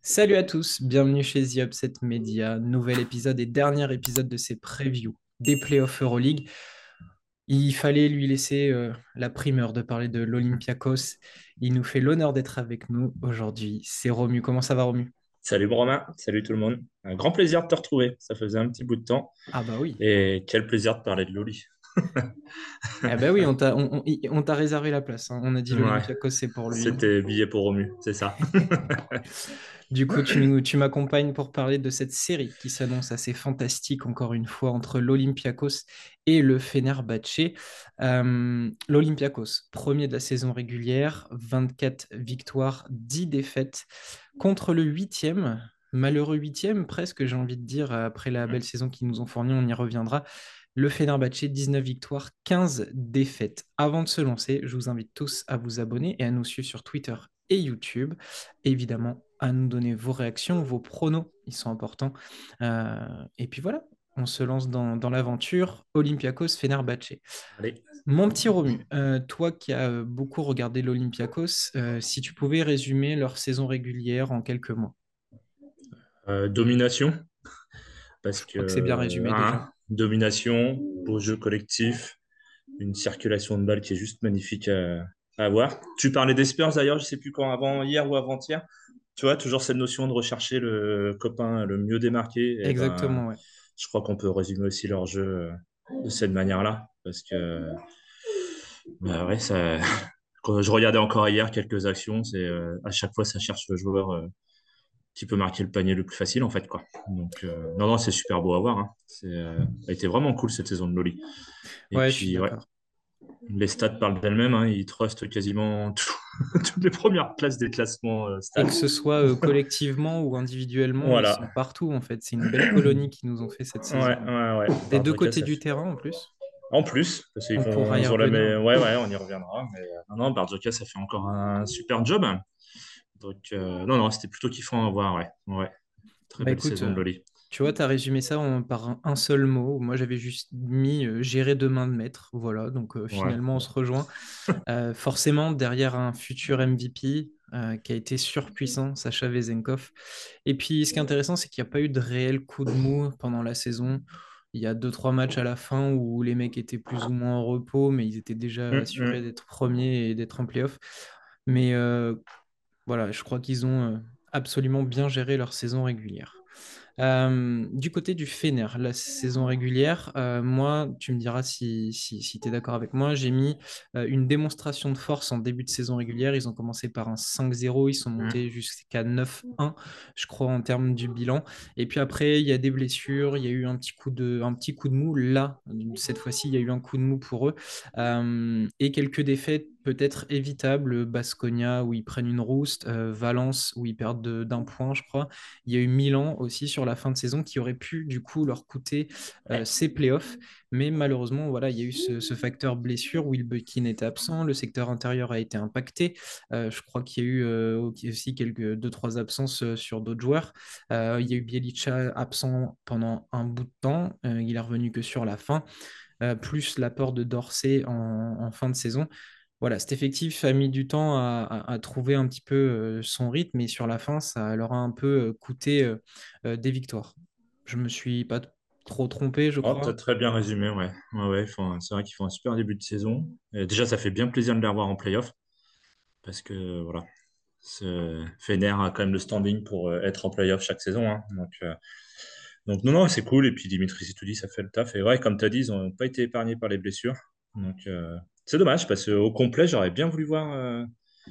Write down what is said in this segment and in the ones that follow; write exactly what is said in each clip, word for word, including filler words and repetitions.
Salut à tous, bienvenue chez The Upset Media, nouvel épisode et dernier épisode de ces previews des playoffs Euroleague. Il fallait lui laisser euh, la primeur de parler de l'Olympiakos. Il nous fait l'honneur d'être avec nous aujourd'hui. C'est Romu. Comment ça va, Romu? Salut Romain, salut tout le monde. Un grand plaisir de te retrouver. Ça faisait un petit bout de temps. Ah bah oui. Et quel plaisir de parler de Loli. Ah bah oui, on t'a on, on- on t'a réservé la place, hein. On a dit Ouais, l'Olympiakos, c'est pour lui. c'était billet pour Romu, c'est ça. Du coup, tu nous, tu m'accompagnes pour parler de cette série qui s'annonce assez fantastique, encore une fois, entre l'Olympiakos et le Fenerbahçe. Euh, L'Olympiakos, premier de la saison régulière, vingt-quatre victoires, dix défaites, contre le huitième, malheureux huitième, presque, j'ai envie de dire, après la belle saison qu'ils nous ont fournie, on y reviendra. Le Fenerbahçe, dix-neuf victoires, quinze défaites. Avant de se lancer, je vous invite tous à vous abonner et à nous suivre sur Twitter et YouTube. Évidemment, à nous donner vos réactions, vos pronos, ils sont importants. Euh, et puis voilà, on se lance dans, dans l'aventure. Olympiakos, Fenerbahçe. Allez. Mon petit Romu, euh, toi qui as euh, beaucoup regardé l'Olympiakos, euh, si tu pouvais résumer leur saison régulière en quelques mots. Euh, domination, parce Je que crois que c'est bien euh, résumé déjà. hein, domination, beau jeu collectif, une circulation de balles qui est juste magnifique à, à avoir. Tu parlais des Spurs d'ailleurs, je sais plus quand, avant hier ou avant-hier. Tu vois, toujours cette notion de rechercher le copain le mieux démarqué. Et ben, Exactement, ouais. je crois qu'on peut résumer aussi leur jeu euh, de cette manière-là, parce que bah ouais, ça, quand je regardais encore hier quelques actions, c'est euh, à chaque fois ça cherche le joueur euh, qui peut marquer le panier le plus facile en fait quoi. Donc euh, non non, c'est super beau à voir. Hein. C'est euh, ça a été vraiment cool cette saison de Loli. Et Ouais, je suis puis ouais, d'accord. les stats parlent d'elles-mêmes. Hein. Ils trustent quasiment tout- toutes les premières places des classements euh, Et stats. que ce soit euh, collectivement ou individuellement, ils sont Voilà. partout en fait. C'est une belle colonie qu'ils nous ont fait cette Ouais saison. ouais ouais. Des deux Barzoka, côtés ça du fait. terrain en plus. En plus, parce qu'ils On vont, pourra y ils ont la revenir. mais ouais ouais, on y reviendra. Mais euh, non non, Barzoka, ça fait encore un super job. Donc euh, non non, c'était plutôt kiffant à voir. Ouais ouais. Très Bah belle écoute, saison de euh, Loli. tu vois, tu as résumé ça en- par un, un seul mot. Moi, j'avais juste mis euh, gérer de main de maître. Voilà, donc euh, Ouais. finalement, on Bon. se rejoint. Euh, forcément, derrière un futur M V P euh, qui a été surpuissant, Sacha Vezenkov. Et puis, ce qui est intéressant, c'est qu'il n'y a pas eu de réel coup de mou pendant la saison. Il y a deux, trois matchs à la fin où les mecs étaient plus ou moins en repos, mais ils étaient déjà Hum, assurés hum. d'être premiers et d'être en playoff. Mais euh, voilà, je crois qu'ils ont euh, absolument bien géré leur saison régulière. Euh, du côté du Fener, la saison régulière, euh, moi, tu me diras si, si, si tu es d'accord avec moi, j'ai mis euh, une démonstration de force en début de saison régulière. Ils ont commencé par un cinq zéro, ils sont montés Hum. jusqu'à neuf un, je crois, en termes du bilan. Et puis après, il y a des blessures, il y a eu un petit coup de, un petit coup de mou. Là, cette fois-ci, il y a eu un coup de mou pour eux. Euh, et quelques défaites peut-être évitables. Baskonia, où ils prennent une rouste, euh, Valence, où ils perdent de- d'un point, je crois. Il y a eu Milan aussi sur la fin de saison qui aurait pu du coup leur coûter euh, Ouais. ces playoffs. Mais malheureusement, voilà, il y a eu ce, ce facteur blessure. Will Buckin était absent, le secteur intérieur a été impacté. Euh, je crois qu'il y a eu euh, aussi quelques deux, trois absences euh, sur d'autres joueurs. Euh, il y a eu Bielica absent pendant un bout de temps. Euh, il est revenu que sur la fin, euh, plus l'apport de Dorsey en, en fin de saison. Voilà, cet effectif a mis du temps à, à- à trouver un petit peu euh, son rythme et sur la fin, ça leur a un peu euh, coûté euh, euh, des victoires. Je me suis pas t- trop trompé, je Oh, t'as crois. très bien résumé, ouais. Ouais, ouais, ils font un- c'est vrai qu'ils font un super début de saison. Et déjà, ça fait bien plaisir de les revoir en playoff, parce que voilà, ce Fener a quand même le standing pour euh, être en playoff chaque saison. Hein. Donc, euh, donc non, non, c'est cool. Et puis Dimitri Sitoudi, ça fait le taf. Et ouais, comme tu as dit, ils n'ont pas été épargnés par les blessures. Donc euh, c'est dommage, parce qu'au complet, j'aurais bien voulu voir, euh,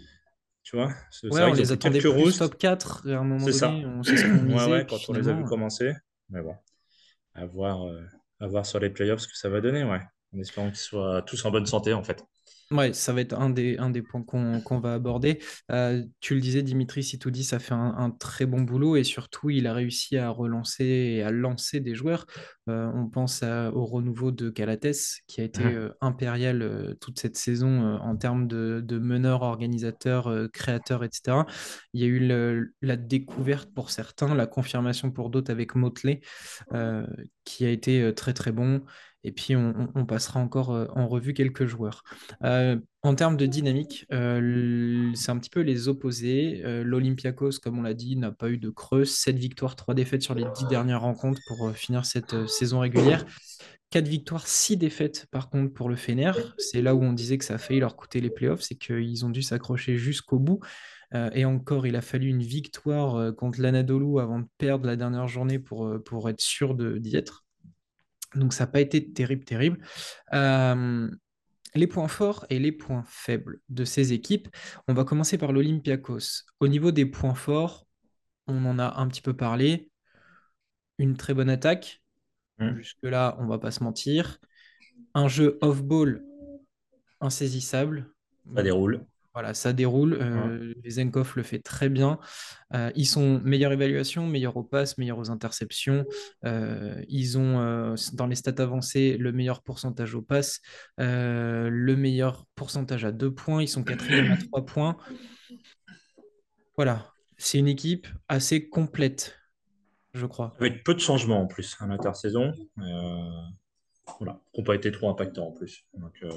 tu vois, c'est c'est Ouais, vrai on qu'ils ont les pris attendait quelques plus roustes. top quatre à un moment C'est ça. donné, on sait ce qu'on Ouais, misait, et ouais, puis quand on les a vus finalement, commencer. Mais bon. À voir, euh, à voir sur les playoffs ce que ça va donner, ouais. En espérant qu'ils soient tous en bonne santé, en fait. ouais, ça va être un des, un des points qu'on qu'on va aborder. Euh, tu le disais, Dimitri Sitoudi, ça fait un, un très bon boulot et surtout, il a réussi à relancer et à lancer des joueurs. Euh, on pense à- au renouveau de Calates, qui a été euh, impérial euh, toute cette saison euh, en termes de, de meneur, organisateur, euh, créateur, et cetera. Il y a eu le- la découverte pour certains, la confirmation pour d'autres avec Motley, euh, qui a été euh, très très bon. Et puis, on, on- on passera encore euh, en revue quelques joueurs. Euh, en termes de dynamique, euh, l- c'est un petit peu les opposés. Euh, L'Olympiakos, comme on l'a dit, n'a pas eu de creuse. sept victoires, trois défaites sur les dix dernières rencontres pour euh, finir cette euh, saison régulière. Quatre victoires, six défaites par contre pour le Fener. C'est là où on disait que ça a failli leur coûter les playoffs, c'est qu'ils ont dû s'accrocher jusqu'au bout. Euh, et encore, il a fallu une victoire euh, contre l'Anadolu avant de perdre la dernière journée pour, euh, pour être sûr de- d'y être. Donc ça n'a pas été terrible, terrible. Euh, les points forts et les points faibles de ces équipes. On va commencer par l'Olympiakos. Au niveau des points forts, on en a un petit peu parlé. Une très bonne attaque. Hmm. Jusque-là, on va pas se mentir. Un jeu off-ball insaisissable. Ça Hum, déroule. Voilà, ça déroule. Ouais. Euh, Vezenkov le fait très bien. Euh, ils sont meilleure évaluation, meilleurs aux passes, meilleurs aux interceptions. Euh, ils ont, euh, dans les stats avancées, le meilleur pourcentage aux passes, euh, le meilleur pourcentage à deux points. Ils sont quatrième à trois points. Voilà, c'est une équipe assez complète, je crois. Avec peu de changements en plus à l'intersaison. Euh, voilà, qui n'ont pas été trop impactants en plus. Donc, euh,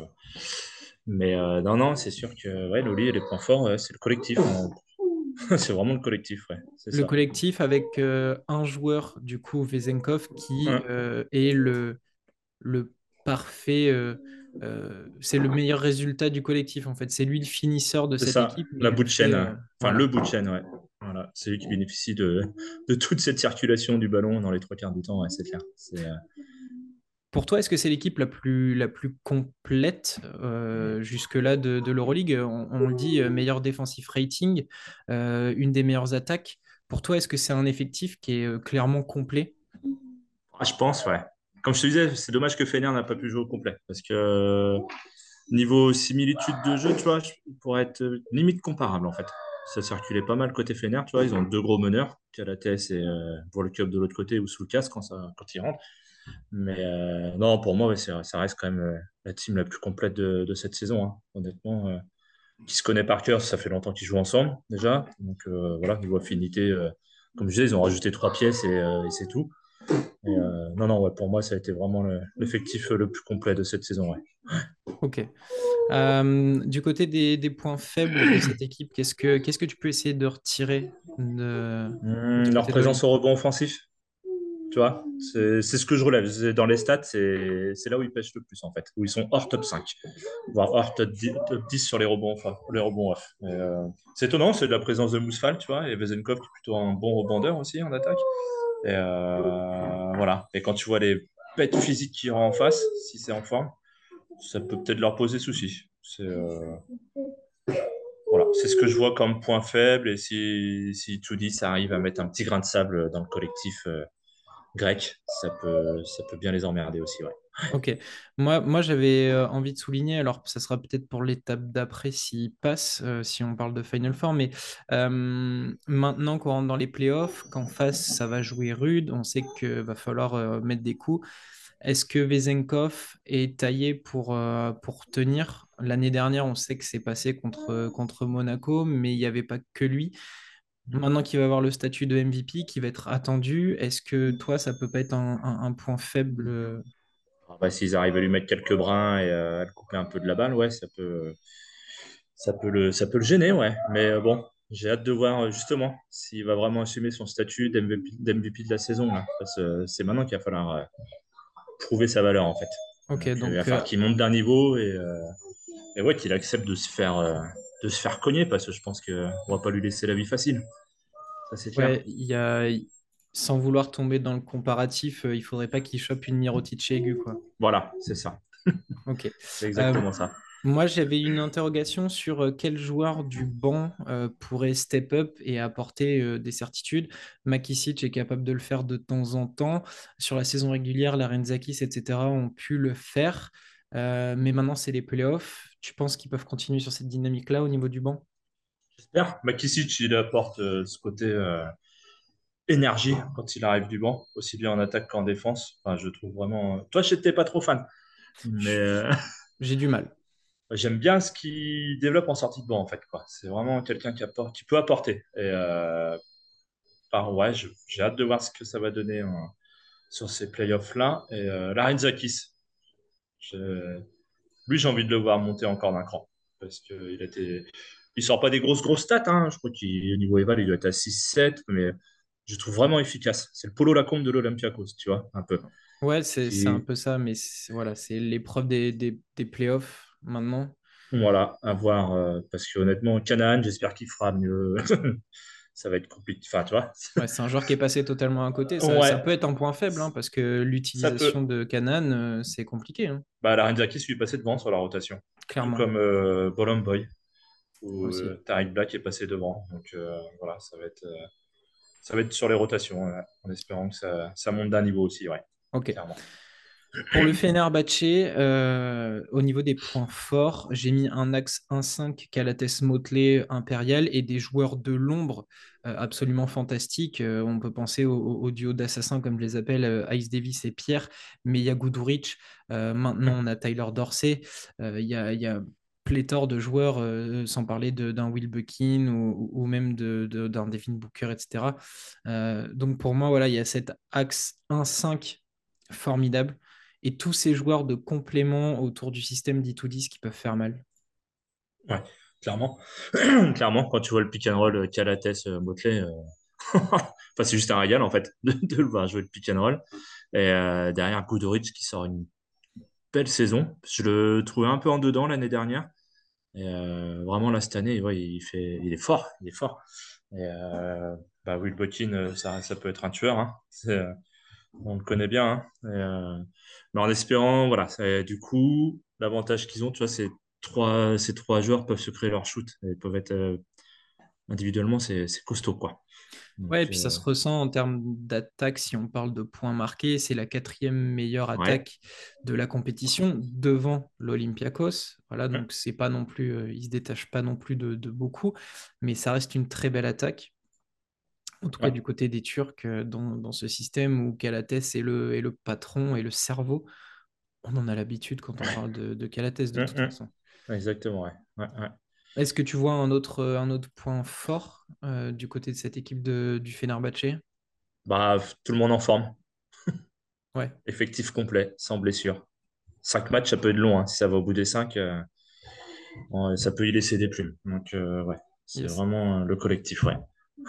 mais euh, non, non, c'est sûr que ouais, Loli, les points forts, ouais, c'est le collectif. Hein. C'est vraiment le collectif, ouais, c'est Le ça. collectif avec euh, un joueur, du coup, Vezenkov, qui Ouais, euh, est le, le parfait. Euh, euh, c'est le meilleur résultat du collectif, en fait. C'est lui le finisseur de c'est cette ça, équipe, mais la il bout le de chaîne. fait. euh, Euh, Enfin, le voilà. bout de chaîne, ouais. Voilà, c'est lui qui bénéficie de, de toute cette circulation du ballon dans les trois quarts du temps, ouais, c'est clair. C'est, euh, Pour toi, est-ce que c'est l'équipe la plus, la plus complète euh, jusque-là de, de l'Euroleague? On, on le dit, euh, meilleur defensive rating, euh, une des meilleures attaques. Pour toi, est-ce que c'est un effectif qui est euh, clairement complet? ah, je pense, ouais. Comme je te disais, c'est dommage que Fener n'a pas pu jouer au complet. Parce que euh, niveau similitude de jeu, tu vois, je- pour être euh, limite comparable, en fait. Ça circulait pas mal côté Fener, tu vois. Ils ont deux gros meneurs, Calates et euh, pour le club de l'autre côté, ou sous le casque quand, ça, quand ils rentrent. Mais euh, non, pour moi, ouais, c'est- ça reste quand même euh, la team la plus complète de, de cette saison, hein, honnêtement. Euh, qui se connaît par cœur, ça fait longtemps qu'ils jouent ensemble déjà. Donc euh, voilà, niveau affinité, euh, comme je disais, ils ont rajouté trois pièces et, euh, et c'est tout. Et, euh, non, non, ouais, pour moi, ça a été vraiment le- l'effectif le plus complet de cette saison. Ouais. Ok. Euh, du côté des, des points faibles de cette équipe, qu'est-ce que, qu'est-ce que tu peux essayer de retirer de, Hum, du leur côté de présence au l'Olympique? rebond offensif, tu vois, c'est c'est ce que je relève. C'est- Dans les stats, c'est c'est là où ils pêchent le plus, en fait, où ils sont hors top cinq, voire hors top dix, top dix sur les rebonds, enfin, les rebonds off. Et, euh, c'est étonnant, c'est de la présence de Mousfal, tu vois, et Vezenkov qui est plutôt un bon rebondeur aussi en attaque. Et euh, voilà. Et quand tu vois les bêtes physiques qui ont en face, si c'est en forme, ça peut peut-être leur poser souci. C'est euh, voilà, c'est ce que je vois comme point faible. Et si, si Toudi, ça arrive à mettre un petit grain de sable dans le collectif euh, grec, ça peut, ça peut bien les emmerder aussi. Ouais. Ok. Moi, moi j'avais euh, envie de souligner, alors ça sera peut-être pour l'étape d'après s'il passe, euh, si on parle de Final Four, mais euh, maintenant qu'on rentre dans les playoffs, qu'en face ça va jouer rude, on sait qu'il va falloir euh, mettre des coups. Est-ce que Vezenkov est taillé pour, euh, pour tenir? L'année dernière, on sait que c'est passé contre, contre Monaco, mais il n'y avait pas que lui. Maintenant qu'il va avoir le statut de M V P, qui va être attendu, est-ce que toi, ça peut pas être un, un- un point faible? euh, Alors, bah, s'ils arrivent à lui mettre quelques brins et euh, à le couper un peu de la balle, ouais, ça peut, ça peut le, ça peut le gêner, ouais. Mais euh, bon, j'ai hâte de voir euh, justement s'il va vraiment assumer son statut d'M V P, d'M V P de la saison. Là. Parce que c'est maintenant qu'il va falloir euh, prouver sa valeur, en fait. Ok, Donc, euh, il va donc falloir euh, qu'il monte d'un niveau et, euh, et ouais, qu'il accepte de se faire, euh, de se faire cogner parce que je pense qu'on va pas lui laisser la vie facile. Ça, c'est clair. ouais, il y a, sans vouloir tomber dans le comparatif, euh, il faudrait pas qu'il chope une Mirotic aigu, quoi. Voilà, c'est ça. Ok. C'est Euh, exactement ça. Moi, j'avais une interrogation sur euh, quel joueur du banc euh, pourrait step up et apporter euh, des certitudes. Makisic est capable de le faire de temps en temps. Sur la saison régulière, Larenzakis, et cetera ont pu le faire. Euh, mais maintenant, c'est les playoffs. Tu penses qu'ils peuvent continuer sur cette dynamique-là au niveau du banc? J'espère. Makisic, il apporte euh, ce côté euh, énergie quand il arrive du banc, aussi bien en attaque qu'en défense. Enfin, je trouve vraiment. euh, Toi, je n'étais pas trop fan, mais Je- euh, J'ai du mal. j'aime bien ce qu'il développe en sortie de banc, en fait, quoi. C'est vraiment quelqu'un qui apporte, qui peut apporter. Et euh, enfin, ouais, je- j'ai hâte de voir ce que ça va donner en- sur ces playoffs-là. Et euh, Larenzakis. Je- Lui, j'ai envie de le voir monter encore d'un cran. Parce qu'il était... il sort pas des grosses, grosses stats. Hein. Je crois qu'au niveau Eval, il doit être à six sept, mais je le trouve vraiment efficace. C'est le Polo Lacombe de l'Olympiakos, tu vois, un peu. Ouais, c'est c'est un Qui, peu ça, mais c'est- voilà, c'est l'épreuve des, des, des playoffs maintenant. voilà, à voir. Euh, parce que honnêtement, Canaan, j'espère qu'il fera mieux. Ça va être compliqué. Enfin, tu vois. Ouais, c'est un joueur qui est passé totalement à côté. Ça, ça Ouais, peut être un point faible, hein, parce que ça l'utilisation peut. de Canaan, euh, c'est compliqué, hein, Bah, la Renzakis lui est passé devant sur la rotation. Tout clairement comme euh, Bolon Boy, où aussi. euh, Tariq Black est passé devant. Donc euh, voilà, ça va être, euh, ça va être sur les rotations, ouais, en espérant que ça, ça monte d'un niveau aussi, ouais, Ok. clairement. Pour le Fenerbahçe, euh, au niveau des points forts, j'ai mis un axe un cinq Calates Motley Impérial et des joueurs de l'ombre euh, absolument fantastiques. Euh, on peut penser au, au- au duo d'assassins, comme je les appelle, euh, Ice Davis et Pierre, mais il y a Guduric. Euh, maintenant, on a Tyler Dorsey. Euh, Il y a, il y a pléthore de joueurs, euh, sans parler de- d'un Will Buckin ou, ou même de, de- d'un Devin Booker, et cetera. Euh, donc pour moi, voilà, il y a cet axe un cinq formidable et tous ces joueurs de complément autour du système dix to dix qui peuvent faire mal. Ouais, clairement. Clairement, quand tu vois le pick and roll euh, Calates euh, Motley, euh, enfin, c'est juste un régal en fait de, de le voir jouer le pick and roll. Et euh, derrière Guduric qui sort une belle saison. Je le trouvais un peu en dedans l'année dernière. Et euh, vraiment là cette année, ouais, il fait, il est fort, il est fort. Et euh, bah, Will Buckin, euh, ça, ça peut être un tueur. Hein. C'est, euh, on le connaît bien. Hein. Et, euh, mais en espérant, voilà, ça- du coup, l'avantage qu'ils ont, tu vois, c'est trois, ces trois joueurs peuvent se créer leur shoot. Ils peuvent être euh, individuellement, c'est c'est costaud, quoi. Donc, Ouais, et puis ça euh, se ressent en termes d'attaque si on parle de points marqués. C'est la quatrième meilleure ouais. attaque de la compétition devant l'Olympiakos. Voilà, Hum, donc c'est pas non plus, euh, il se détache pas non plus de, de beaucoup, mais ça reste une très belle attaque. En tout cas, ouais. du côté des Turcs, euh, dans, dans ce système où Calates est le, est le patron et le cerveau, on en a l'habitude quand on parle de, de Calates de Hum, toute hum. façon. Exactement, ouais. Ouais, ouais. Est-ce que tu vois un autre, un autre point fort euh, du côté de cette équipe de, du Fenerbahçe? Bah, tout le monde en forme. Ouais, Effectif complet, sans blessure. Cinq matchs, ça peut être long. Hein. Si ça va au bout des cinq, euh, ouais, ça peut y laisser des plumes. Donc, euh, ouais, c'est yes. vraiment euh, le collectif, ouais.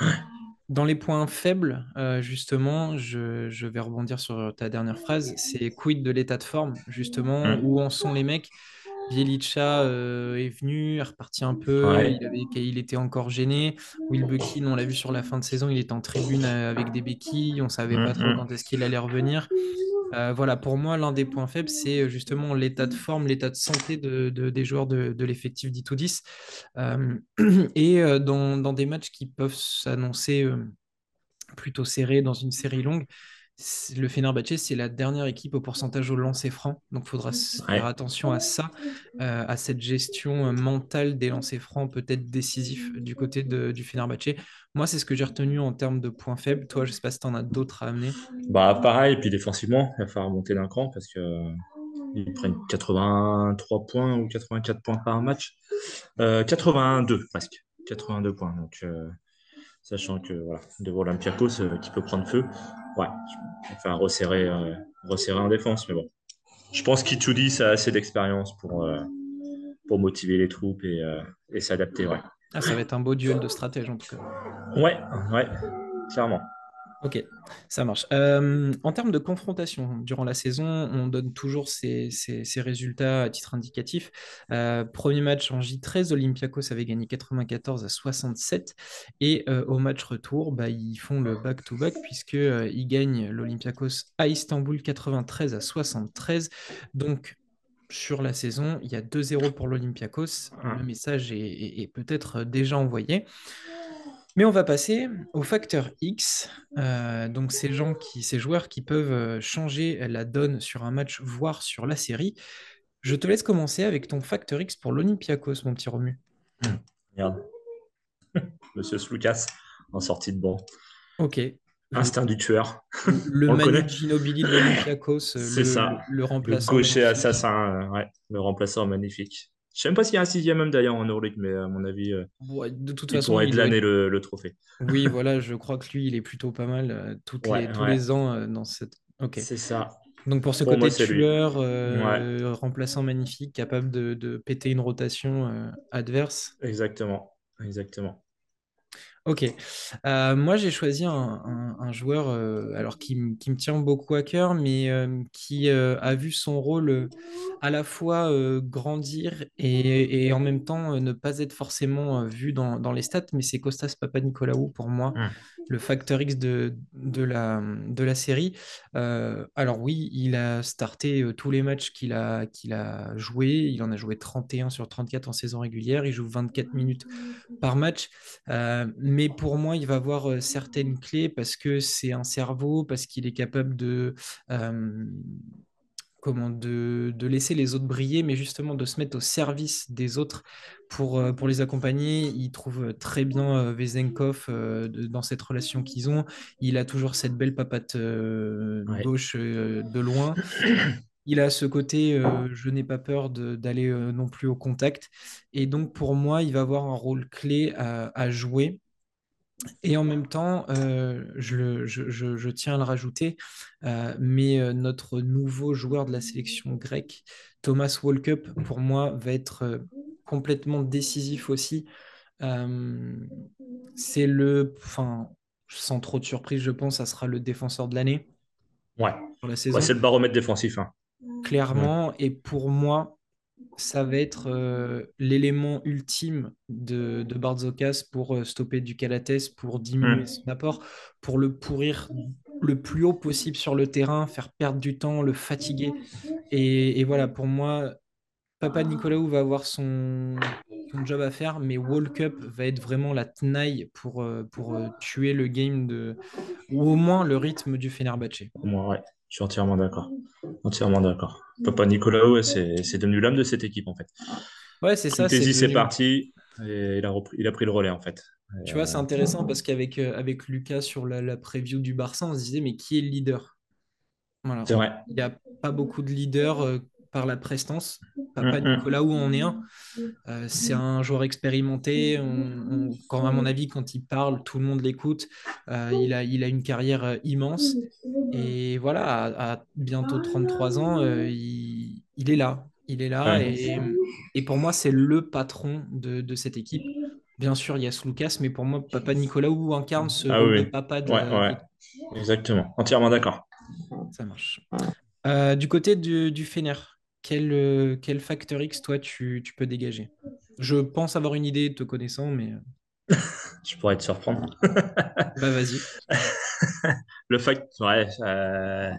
Dans les points faibles, euh, justement, je, je vais rebondir sur ta dernière phrase, c'est quid de l'état de forme, justement, Hum. où en sont les mecs? Bielicha euh, est venu, est reparti un peu, Ouais. il avait, il était encore gêné. Will Buckin, on l'a vu sur la fin de saison, il était en tribune euh, avec des béquilles, on savait pas Hum, trop hum. quand est-ce qu'il allait revenir. Euh, voilà, pour moi, l'un des points faibles, c'est euh, justement l'état de forme, l'état de santé de, de- des joueurs de, de l'effectif dix to dix. Euh, et euh, dans, dans des matchs qui peuvent s'annoncer euh, plutôt serrés dans une série longue, c'est- le Fenerbahçe, c'est la dernière équipe au pourcentage au lancer franc. Donc, il faudra s- faire Ouais. attention à ça, euh, à cette gestion euh, mentale des lancers francs, peut-être décisif du côté de- du Fenerbahçe. Moi, c'est ce que j'ai retenu en termes de points faibles. Toi, je ne sais pas si tu en as d'autres à amener. Bah, pareil, et puis défensivement, il va falloir monter d'un cran parce que euh, ils prennent quatre-vingt-trois points ou quatre-vingt-quatre points par match. Euh, quatre-vingt-deux presque. quatre-vingt-deux points. Donc, euh, sachant que voilà, devant Olympiakos euh, qui peut prendre feu, ouais, enfin resserrer, euh, resserrer en défense. Mais bon, je pense qu'Itudi, ça a assez d'expérience pour, euh, pour motiver les troupes et, euh, et s'adapter. Ouais. Ah, ça va être un beau duel de stratège en tout cas. Ouais, ouais, clairement. Ok, ça marche. Euh, en termes de confrontation, durant la saison, on donne toujours ces, ces- ces résultats à titre indicatif. Euh, premier match en J treize, Olympiakos avait gagné quatre-vingt-quatorze à soixante-sept. Et euh, au match retour, bah, ils font le back-to-back puisque, euh, ils gagnent l'Olympiakos à Istanbul quatre-vingt-treize à soixante-treize. Donc, sur la saison, il y a deux zéro pour l'Olympiakos. Le message est est- est peut-être déjà envoyé. Mais on va passer au facteur X, euh, donc ces gens qui, ces joueurs qui peuvent euh, changer la donne sur un match, voire sur la série. Je te laisse commencer avec ton facteur X pour l'Olympiakos, mon petit Romu. Regarde, Monsieur Sloukas en sortie de banc. Ok. Le, Instinct du tueur. le On le Manu connaît? Ginobili de l'Olympiakos, euh, C'est le, ça. le- le Le remplaçant gaucher magnifique. assassin, euh, ouais. Le remplaçant magnifique. Je sais même pas s'il y a un sixième homme d'ailleurs en Euroleague, mais à mon avis, euh, Ouais, de toute il façon, pourrait il être doit être. l'année le, le trophée. Oui, voilà, je crois que lui, il est plutôt pas mal euh, toutes Ouais, les, tous ouais, les ans euh, dans cette. Ok. c'est ça. Donc pour ce Pour moi, côté c'est lui. tueur, Ouais, euh, remplaçant magnifique, capable de, de péter une rotation euh, adverse. exactement. Exactement. Ok. Euh, moi, j'ai choisi un, un- un joueur euh, alors qui, m- qui me tient beaucoup à cœur, mais euh, qui euh, a vu son rôle euh, à la fois euh, grandir et, et en même temps euh, ne pas être forcément euh, vu dans, dans les stats, mais c'est Kostas Papanikolaou pour moi, Hmm. le facteur X de, de la, de la série. Euh, alors oui, il a starté euh, tous les matchs qu'il a, qu'il a joué. Il en a joué trente et un sur trente-quatre en saison régulière. Il joue vingt-quatre minutes par match. Euh, mais pour moi, il va avoir euh, certaines clés parce que c'est un cerveau, parce qu'il est capable de, euh, comment, de, de laisser les autres briller, mais justement de se mettre au service des autres pour, euh, pour les accompagner. Il trouve très bien euh, Vezenkov euh, de- dans cette relation qu'ils ont. Il a toujours cette belle papate euh, Ouais. gauche euh, de loin. Il a ce côté, euh, je n'ai pas peur de- d'aller euh, non plus au contact. Et donc, pour moi, il va avoir un rôle clé à, à jouer. Et en même temps, euh, je, le- je- je- je tiens à le rajouter, euh, mais euh, notre nouveau joueur de la sélection grecque, Thomas Walkup, pour moi, va être euh, complètement décisif aussi. Euh, c'est le, enfin, sans trop de surprise, je pense, ça sera le défenseur de l'année Ouais. pour la Bah, saison, c'est le baromètre défensif, hein. Ouais. clairement. Et pour moi, ça va être euh, l'élément ultime de, de Barzokas pour euh, stopper du Calates, pour diminuer Hmm. son apport, pour le pourrir le plus haut possible sur le terrain, faire perdre du temps, le fatiguer. Et, et voilà, pour moi, Papa Nicolas va avoir son, son job à faire, mais World Cup va être vraiment la tenaille pour, euh, pour euh, tuer le game de, ou au moins le rythme du Fenerbahçe. Pour moi, ouais. Je suis entièrement d'accord. Entièrement d'accord. Papa Nicolas, ouais, c'est c'est devenu l'âme de cette équipe, en fait. Ouais, c'est ça, c'est Trintesi, c'est devenu. parti et il a repris, il a pris le relais, en fait. Et, Tu vois, c'est euh, intéressant parce qu'avec euh, avec Lucas sur la, la preview du Barça, on se disait, mais qui est le leader? Voilà, c'est on- vrai. il n'y a pas beaucoup de leaders euh, par la prestance. Papa Hmm, Nicolas, où hmm. en est un. Euh, c'est un joueur expérimenté. On- on- quand, à mon avis, quand il parle, tout le monde l'écoute. Euh, il a, il a une carrière euh, immense. Et voilà, à, à bientôt trente-trois ans, euh, il, il est là. Il est là. Ouais. Et, et pour moi, c'est le patron de, de cette équipe. Bien sûr, il y a Lucas, mais pour moi, Papa Nicolau incarne ce Ah rôle oui, de oui. papa de Ouais, la- de ouais. l'équipe. Exactement. Entièrement d'accord. Ça marche. Euh, du côté du, du Fener, quel, euh, quel facteur X, toi, tu, tu peux dégager? Je pense avoir une idée te connaissant, mais euh, Je pourrais te surprendre. bah vas-y. Le fact, ouais, euh,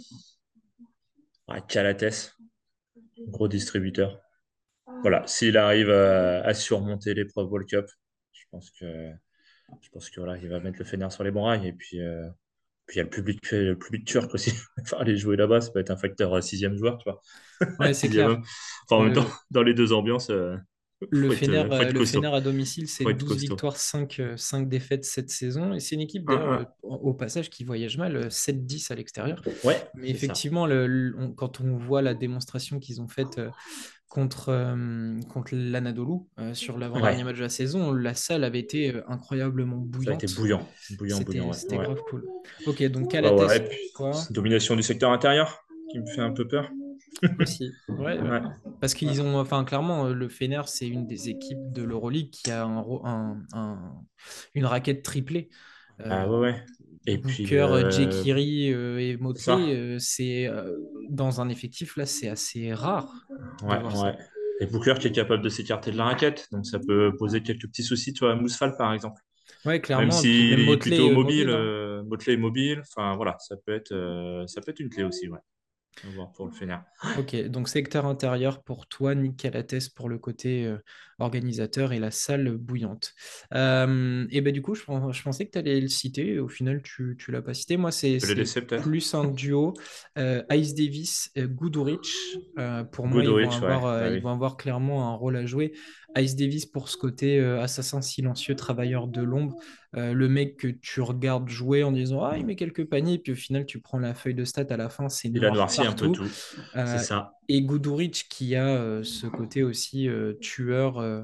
ouais, Calates, gros distributeur. Voilà, s'il arrive à, à surmonter l'épreuve World Cup, je pense que, je pense que voilà, il va mettre le Fener sur les bons rails. Et puis, euh, puis il y a le public, le public turc aussi. Enfin, aller jouer là-bas, ça peut être un facteur euh, sixième joueur, tu vois. Ouais, c'est Sixième clair. homme. Enfin, en même temps, Le, dans les deux ambiances, euh, le faut être, Fener, euh, faut euh, être le Fener costaud. à domicile, c'est Faut être douze costaud. victoires, cinq euh, cinq défaites cette saison. Et c'est une équipe, Un, d'ailleurs, euh, un. au passage, qui voyage mal, euh, sept dix à l'extérieur. Ouais, Mais c'est ça. effectivement, le- le- on- quand on voit la démonstration qu'ils ont faite euh, contre, euh, contre l'Anadolu euh, sur l'avant-dernier Ouais, match de la saison, la salle avait été euh, incroyablement ça a été bouillante. bouillant. Bouillant, C'était, bouillant, ouais. c'était Ouais. grave cool. Ok, donc Bah ouais, Calates et puis, pour toi c'est une domination du secteur intérieur qui me fait un peu peur. aussi. Ouais, ouais. Ouais. Parce qu'ils ont, enfin, clairement, euh, le Fener, c'est une des équipes de l'Euroleague qui a un, ro- un- un- une raquette triplée. Ah Euh, ouais, ouais. Et puis, Booker, euh, euh, Jekiri euh, et c'est ça. Motley, euh, c'est euh, dans un effectif là, c'est assez rare de Ouais, voir ça. ouais. Et Booker qui est capable de s'écarter de la raquette, donc ça peut poser quelques petits soucis, tu vois, à Mousfal par exemple. Ouais, Même clairement. Et puis même s'il est Motley plutôt euh, mobile, mobile, hein. euh, Motley est mobile, enfin voilà, ça peut être, euh, ça peut être une clé aussi, ouais. À voir pour le Fener. Ok, donc secteur intérieur pour toi, Nick Calates pour le côté euh, organisateur et la salle bouillante. Euh, et ben du coup, je, pen- je pensais que tu allais le citer, au final, tu ne l'as pas cité. Moi, Je c'est peux les c'est laisser peut-être. plus un duo. euh, Ice Davis, euh, Guduric. Euh, pour moi, ils vont Goodrich, ouais, avoir, euh, bah ils oui. vont avoir clairement un rôle à jouer. Ice Davis pour ce côté euh, assassin silencieux, travailleur de l'ombre. Euh, le mec que tu regardes jouer en disant, ah, il met quelques paniers, puis au final, tu prends la feuille de stats à la fin, c'est Il a noir noirci un peu partout. tout. C'est Euh, ça, et Guduric qui a euh, ce côté aussi euh, tueur, euh,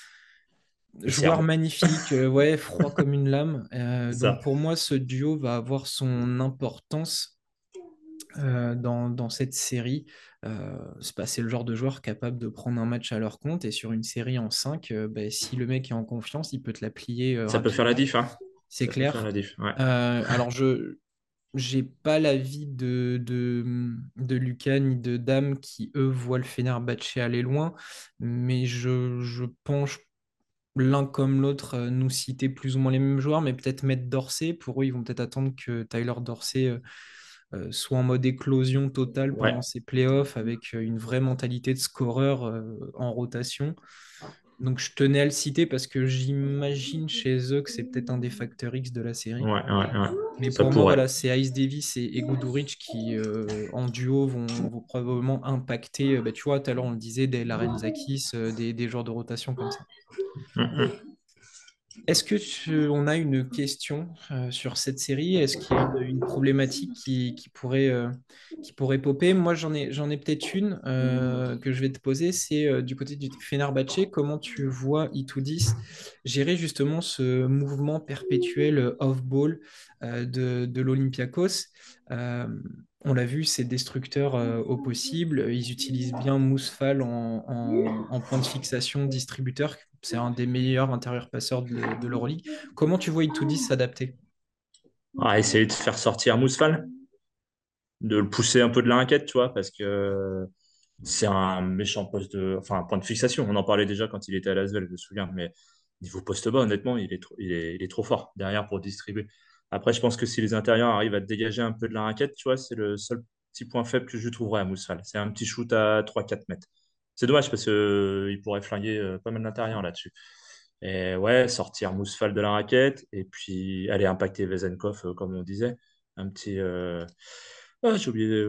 le joueur cerveau. magnifique, euh, ouais, froid comme une lame. Euh, C'est donc ça. pour moi, ce duo va avoir son importance. euh, dans, dans cette série. Euh, c'est pas- c'est le genre de joueur capable de prendre un match à leur compte et sur une série en cinq, euh, ben, si le mec est en confiance, il peut te la plier euh, Ça peut faire la rapidement, diff, hein. c'est Ça peut faire clair. la diff, ouais. Euh, alors, je j'ai pas l'avis de, de, de Lucas ni de Dame qui, eux, voient le Fenerbahçe aller loin, mais je, je pense l'un comme l'autre euh, nous citer plus ou moins les mêmes joueurs, mais peut-être mettre Dorsey. Pour eux, ils vont peut-être attendre que Tyler Dorsey euh, euh, soit en mode éclosion totale pendant Ouais, ses playoffs avec euh, une vraie mentalité de scoreur euh, en rotation. Donc je tenais à le citer parce que j'imagine chez eux que c'est peut-être un des facteurs X de la ouais, série. ouais, ouais. Mais Ça pour moi, pourrait. voilà, c'est Ice Davis et, et Guduric qui, euh, en duo, vont, vont probablement impacter, euh, bah, tu vois, tout à l'heure, on le disait, des Larenzakis, euh, des, des joueurs de rotation comme ça. Mm, Est-ce que tu- on a une question euh, sur cette série? Est-ce qu'il y a une, une problématique qui, qui pourrait, euh, qui pourrait popper? Moi, j'en ai, j'en ai peut-être une euh, que je vais te poser. C'est euh, du côté du Fenerbahçe, comment tu vois Itoudis gérer justement ce mouvement perpétuel euh, off-ball euh, de, de l'Olympiakos? Euh, on l'a vu, c'est destructeur euh, au possible. Ils utilisent bien Mousfal en, en, en point de fixation distributeur. C'est un des meilleurs intérieurs passeurs de, de l'Euroleague. Comment tu vois Itoudis s'adapter? mm. Ah, essayer de faire sortir Mousfal, de le pousser un peu de la raquette, tu vois, parce que c'est un méchant poste de, enfin, un point de fixation. On en parlait déjà quand il était à Lasvel, je me souviens, mais niveau poste bas, honnêtement, il est trop, il est, il est trop fort derrière pour distribuer. Après, je pense que si les intérieurs arrivent à dégager un peu de la raquette, tu vois, c'est le seul petit point faible que je trouverais à Mousfal. C'est un petit shoot à trois quatre mètres. C'est dommage parce qu'il pourrait flinguer euh, pas mal d'intérieur là-dessus. Et ouais, sortir Mousfal de la raquette et puis aller impacter Vezenkov, euh, comme on disait. Un petit. euh, Ah, j'ai oublié.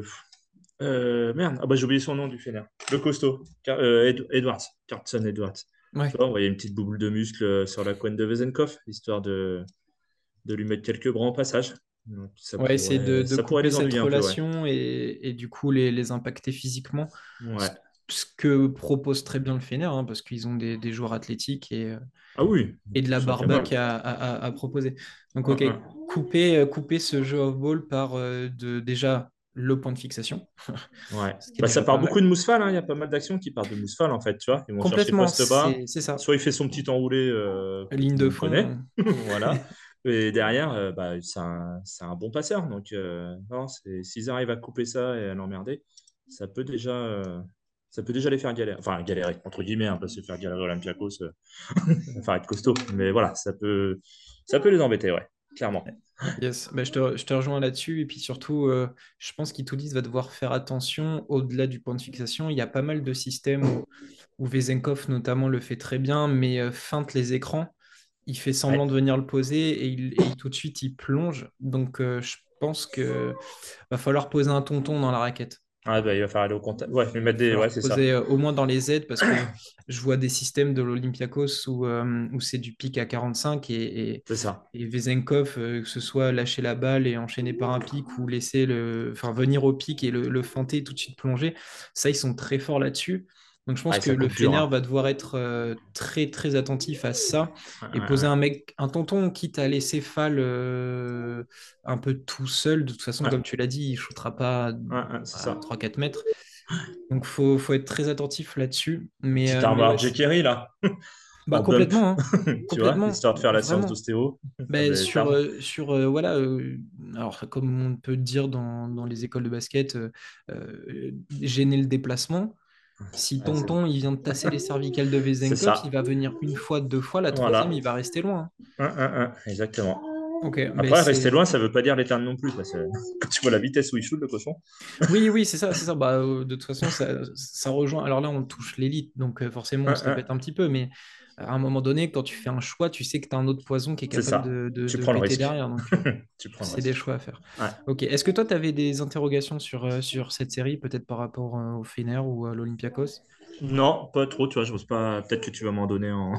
Euh, merde, ah bah, j'ai oublié son nom du Fener. Le costaud. Car- euh, Ed- Edwards. Carlson Edwards. Ouais, Tu vois, on voyait une petite boule de muscle euh, sur la couenne de Vezenkov, histoire de, de lui mettre quelques bras en passage. Donc, ça ouais, essayer de, pourrait, de ça pourrait couper les cette ennuyer un peu, ouais. relation et, et du coup les, les impacter physiquement. Ce, Ouais. ce que propose très bien le Fener, hein, parce qu'ils ont des, des joueurs athlétiques et, euh, Ah oui, et de ils la sont barbaque capables. à, à- à- à proposer. Donc, Hein, ok, hein. couper, euh, couper ce jeu off-ball par euh, de, déjà le point de fixation, Ouais. ce qui est Bah, ça déjà part pas beaucoup mal. de Mousfal, hein. Il y a pas mal d'actions qui partent de Mousfal, en fait, tu vois. Ils vont chercher Complètement, poste bas. c'est c'est ça. Soit il fait son petit enroulé euh, que tout Ligne le de monde connaît. fond. Voilà. Et derrière, euh, bah, c'est un, c'est un bon passeur. Donc, euh, non, c'est- s'ils arrivent à couper ça et à l'emmerder, ça peut déjà, euh, ça peut déjà les faire galérer. Enfin, galérer, entre guillemets, hein, parce que faire galérer Olympiakos, euh, enfin, être costaud. Mais voilà, ça peut, ça peut les embêter, ouais, clairement. Yes, bah, je te, je te rejoins là-dessus. Et puis surtout, euh, je pense qu'Itoudis va devoir faire attention au-delà du point de fixation. Il y a pas mal de systèmes où, où Vezenkov notamment le fait très bien, mais euh, feinte les écrans. Il fait semblant de Ouais. venir le poser et, il, et tout de suite il plonge. Donc euh, je pense que va falloir poser un tonton dans la raquette. Ah, bah, il va falloir aller au contact. Ouais, lui Il va mettre des. Ouais, falloir c'est ça. poser euh, au moins dans les aides parce que je vois des systèmes de l'Olympiakos où, euh, où c'est du pic à quarante-cinq et, et, C'est ça. et Vezenkov, euh, que ce soit lâcher la balle et enchaîner par un pic ou laisser le, enfin, venir au pic et le, le feinter et tout de suite plonger, ça ils sont très forts là-dessus. Donc je pense Ah, que ça le coupe dur, Fener hein. va devoir être euh, très très attentif à ça Ouais, et ouais, poser ouais. un mec, un tonton quitte à laisser Fall euh, un peu tout seul. De toute façon, Ouais, comme tu l'as dit, il ne shootera pas ouais, ouais, c'est à ça. trois quatre mètres. Donc, faut, faut être très attentif là-dessus. Mais, Petit euh, mais ouais, armoire J. c'est- Kerry, là, bah, en bump, complètement, hein. tu vois, Complètement, histoire de faire la séance vraiment. d'ostéo. Ah, Ben, mais sur, clairement. euh, sur euh, voilà, euh, alors comme on peut le dire dans, dans les écoles de basket, euh, euh, gêner le déplacement. Si Ouais, c'est Tonton il vient de tasser les cervicales de c'est Vezenkov, il ça. va venir une fois, deux fois, la troisième, Voilà. il va rester loin, hein. Un, un, un. Exactement. Ok, ben Après, rester c'est. loin, ça veut pas dire l'éteindre non plus. Parce que quand tu vois la vitesse où il shoot, le cochon. Oui, oui, c'est ça, c'est ça. Bah, euh, de toute façon, ça, ça rejoint. Alors là, on touche l'élite, donc euh, forcément, on Un, se un. répète un petit peu, mais à un moment donné, quand tu fais un choix, tu sais que tu as un autre poison qui est C'est capable ça. de, de- Tu de prends le péter risque. derrière. Donc, euh, Tu prends le c'est des risque. choix à faire. Ouais. Ok. Est-ce que toi, tu avais des interrogations sur, euh, sur cette série, peut-être par rapport euh, au Fener ou à l'Olympiakos? Non, pas trop, tu vois, je pense pas. Peut-être que tu vas m'en donner en,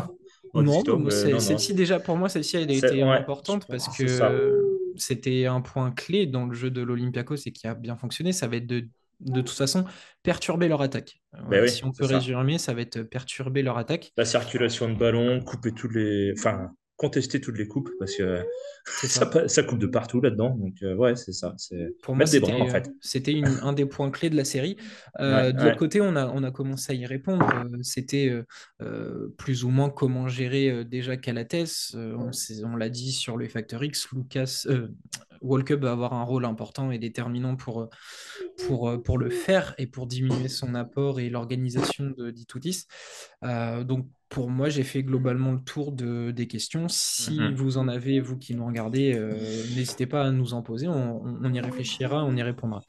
en Non, mais discutant, moi, mais c'est- non, non. celle-ci, déjà, pour moi, celle-ci, elle a C'est, été ouais, je importante parce pense, c'est ça. que c'était un point clé dans le jeu de l'Olympiakos et qui a bien fonctionné. Ça va être de, de toute façon perturber leur attaque. Ben Voilà, oui, si on c'est peut ça. résumer, ça va être perturber leur attaque. La circulation de ballon, couper tous les. Enfin, contester toutes les coupes parce que C'est ça, ça. pa- ça coupe de partout là-dedans. Donc, euh, ouais, c'est ça. C'est Pour moi, mettre des brins, en c'était euh, fait. c'était une- un des points clés de la série. Ouais, Euh, de l'autre ouais. côté, on a, on a commencé à y répondre. Euh, C'était euh, euh, plus ou moins comment gérer euh, déjà Calates. Euh, on s'est- on l'a dit sur le Factor X, Lucas, euh, Walkup va avoir un rôle important et déterminant pour, euh, pour, euh, pour le faire et pour diminuer son apport et l'organisation de d'Itudis. Euh, donc, pour moi, j'ai fait globalement le tour de, des questions. Si Mhm. vous en avez, vous qui nous regardez, euh, n'hésitez pas à nous en poser. On, on- on y réfléchira, on y répondra.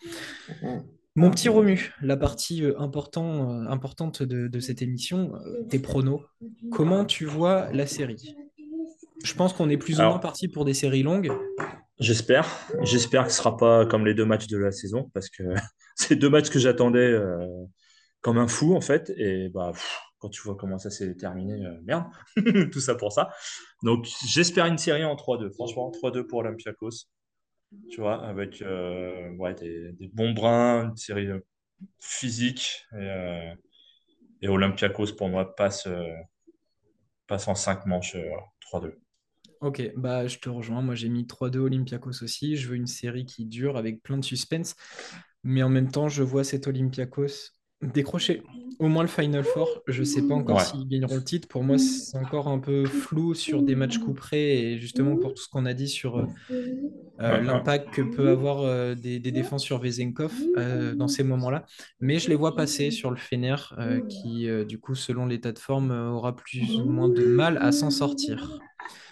Mon petit Romu, la partie euh, important, euh, importante de, de cette émission, euh, tes pronos. Comment tu vois la série? Je pense qu'on est plus ou moins Alors, parti pour des séries longues. j'espère. J'espère que ce sera pas comme les deux matchs de la saison parce que c'est deux matchs que j'attendais euh, comme un fou, en fait. Et bah, pff, quand tu vois comment ça s'est terminé, euh, merde. Tout ça pour ça. Donc, j'espère une série en trois deux. Franchement, trois deux pour Olympiakos. Tu vois, avec euh, ouais, des, des bons brins, une série euh, physique. Et, euh, et Olympiakos, pour moi, passe, euh, passe en cinq manches, euh, voilà, trois deux. Ok, bah je te rejoins. Moi j'ai mis trois deux Olympiakos aussi. Je veux une série qui dure avec plein de suspense. Mais en même temps, je vois cet Olympiakos décrocher au moins le Final Four. Je ne sais pas encore Ouais. s'ils gagneront le titre. Pour moi, c'est encore un peu flou sur des matchs coup près. Et justement, pour tout ce qu'on a dit sur euh, euh, Ouais, ouais. l'impact que peut avoir euh, des, des défenses sur Vezenkov euh, dans ces moments-là. Mais je les vois passer sur le Fener, euh, qui, euh, du coup, selon l'état de forme, euh, aura plus ou moins de mal à s'en sortir.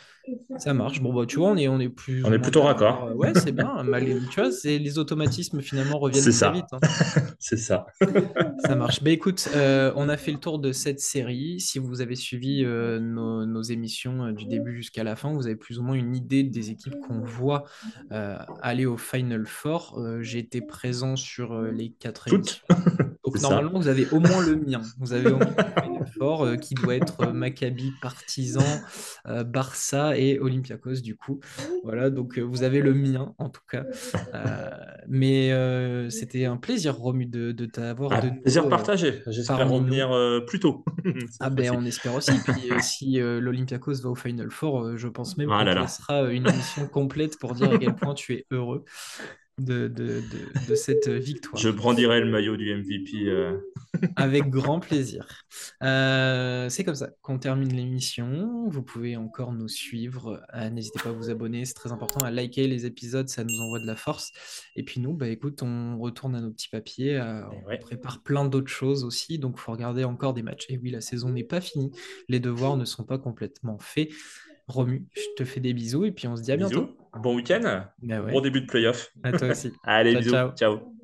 Ça marche. Bon, bah, tu vois, on est, on est plus On ou est moins plutôt d'accord. raccord. Euh, Ouais, c'est bien. Mal- tu vois, c'est, les automatismes finalement reviennent C'est très ça. vite, hein. C'est ça. Ça marche. Ben écoute, euh, on a fait le tour de cette série. Si vous avez suivi euh, nos, nos émissions euh, du début jusqu'à la fin, vous avez plus ou moins une idée des équipes qu'on voit euh, aller au Final Four. Euh, j'ai été présent sur euh, les quatre Toutes. émissions. C'est Donc ça. normalement, vous avez au moins le mien. Vous avez au moins le Final Four euh, qui doit être euh, Maccabi, Partizan, euh, Barça et Olympiakos du coup. Voilà, donc euh, vous avez le mien en tout cas. Euh, mais euh, c'était un plaisir, Romu, de, de t'avoir Un de plaisir nouveau euh, partagé. J'espère parmi nous. revenir euh, plus tôt Ah cette ben fois-ci. on espère aussi. Puis euh, si euh, l'Olympiakos va au Final Four, euh, je pense même Ah qu'on là te là. laissera euh, une émission complète pour dire à quel point tu es heureux de, de, de, de cette Je victoire. brandirai le maillot du M V P. euh. Avec grand plaisir. Euh, c'est comme ça qu'on termine l'émission. Vous pouvez encore nous suivre. Euh, n'hésitez pas à vous abonner, c'est très important. À liker les épisodes, ça nous envoie de la force. Et puis nous, bah écoute, on retourne à nos petits papiers. Euh, Et on ouais. prépare plein d'autres choses aussi, donc il faut regarder encore des matchs. Et oui, la saison n'est pas finie. Les devoirs ne sont pas complètement faits. Romu, je te fais des bisous et puis on se dit à bientôt. Bisous. Bon week-end. Bah Bon ouais, début de playoff. à toi aussi. Allez, Ciao, bisous. ciao. Ciao.